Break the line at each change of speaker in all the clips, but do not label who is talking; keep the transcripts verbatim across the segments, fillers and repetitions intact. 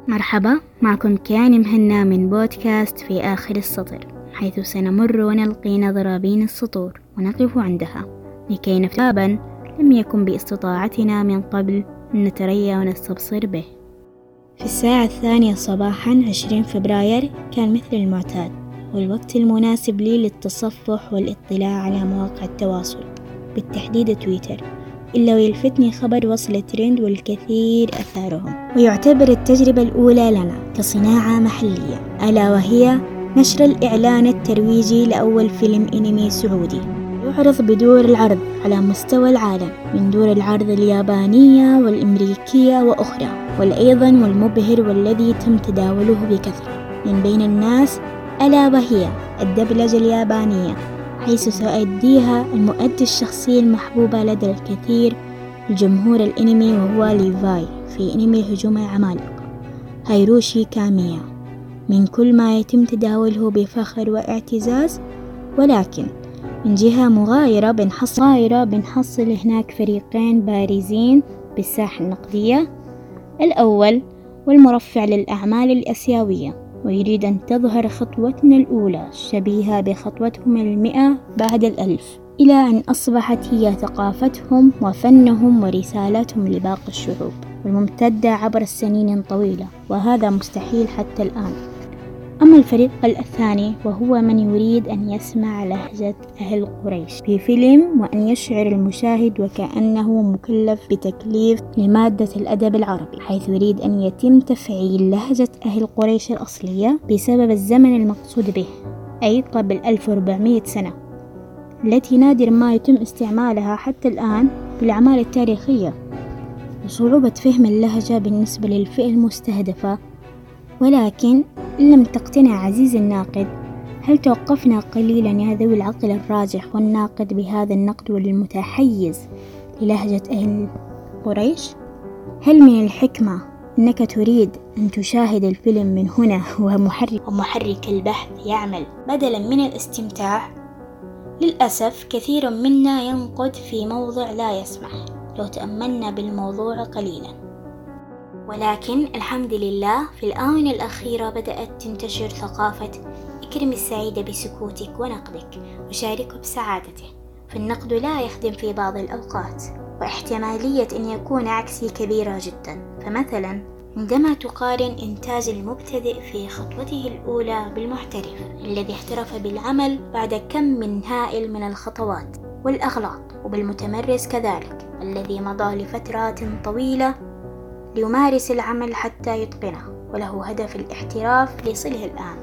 مرحبا، معكم كيان مهنا من بودكاست في آخر السطر، حيث سنمر ونلقي نظرة بين السطور ونقف عندها لكي نفهم لم يكن باستطاعتنا من قبل أن نتريا ونستبصر به. في الساعة الثانية صباحا عشرين فبراير كان مثل المعتاد والوقت المناسب لي للتصفح والاطلاع على مواقع التواصل، بالتحديد تويتر، إلا ويلفتني خبر وصل ترند والكثير أثارهم، ويعتبر التجربة الأولى لنا كصناعة محلية، ألا وهي نشر الإعلان الترويجي لأول فيلم أنمي سعودي يعرض بدور العرض على مستوى العالم من دور العرض اليابانية والأمريكية وأخرى. والأيضا والمبهر والذي تم تداوله بكثرة من بين الناس ألا وهي الدبلجة اليابانية، حيث سيؤديها المؤدي الشخصي المحبوب لدى الكثير لجمهور الأنمي، وهو ليفاي في أنمي هجوم العمالقة هيروشي كاميا، من كل ما يتم تداوله بفخر واعتزاز. ولكن من جهة مغايرة بنحصل, مغايرة بنحصل هناك فريقين بارزين بالساحة النقدية. الأول والمرفع للأعمال الآسيوية، ويريد أن تظهر خطوتنا الأولى شبيهة بخطوتهم المئة بعد الألف، إلى أن أصبحت هي ثقافتهم وفنهم ورسالتهم لباقي الشعوب والممتدة عبر السنين طويلة، وهذا مستحيل حتى الآن. أما الفريق الثاني وهو من يريد أن يسمع لهجة أهل قريش في فيلم، وأن يشعر المشاهد وكأنه مكلف بتكليف لمادة الأدب العربي، حيث يريد أن يتم تفعيل لهجة أهل قريش الأصلية بسبب الزمن المقصود به، أي قبل ألف وأربعمائة سنة، التي نادر ما يتم استعمالها حتى الآن بالأعمال التاريخية، وصعوبة فهم اللهجة بالنسبة للفئة المستهدفة. ولكن إن لم تقتنع عزيزي الناقد، هل توقفنا قليلا يا ذوي العقل الراجح والناقد بهذا النقد المتحيز للهجة أهل قريش؟ هل من الحكمة أنك تريد أن تشاهد الفيلم من هنا ومحرك, ومحرك البحث يعمل بدلا من الاستمتاع؟ للأسف كثير منا ينقد في موضع لا يسمح لو تأملنا بالموضوع قليلا. ولكن الحمد لله في الآونة الأخيرة بدأت تنتشر ثقافة اكرم السعيد بسكوتك ونقدك وشاركه بسعادته، فالنقد لا يخدم في بعض الأوقات، واحتمالية أن يكون عكسي كبيرة جدا. فمثلا عندما تقارن إنتاج المبتدئ في خطوته الأولى بالمحترف الذي احترف بالعمل بعد كم من هائل من الخطوات والأغلاط، وبالمتمرس كذلك الذي مضى لفترات طويلة ليمارس العمل حتى يتقنه وله هدف الاحتراف ليصله الآن،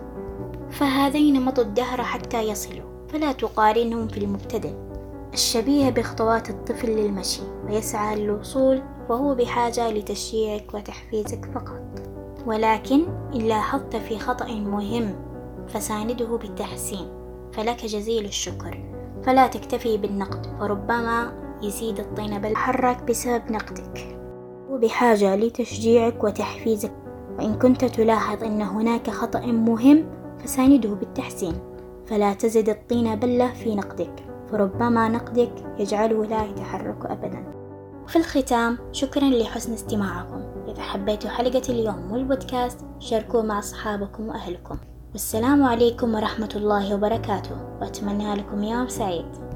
فهذين مضوا الدهر حتى يصلوا. فلا تقارنهم في المبتدئ الشبيه بخطوات الطفل للمشي ويسعى للوصول، وهو بحاجة لتشجيعك وتحفيزك فقط. ولكن إن لاحظت في خطأ مهم فسانده بالتحسين، فلك جزيل الشكر. فلا تكتفي بالنقد، فربما يزيد الطين بل يحرك بسبب نقدك، وبحاجة لتشجيعك وتحفيزك. وإن كنت تلاحظ أن هناك خطأ مهم فسانده بالتحسين، فلا تزد الطين بلة في نقدك، فربما نقدك يجعله لا يتحرك أبدا. في الختام، شكرا لحسن استماعكم. إذا حبيتوا حلقة اليوم والبودكاست شاركوه مع أصحابكم وأهلكم، والسلام عليكم ورحمة الله وبركاته، وأتمنى لكم يوم سعيد.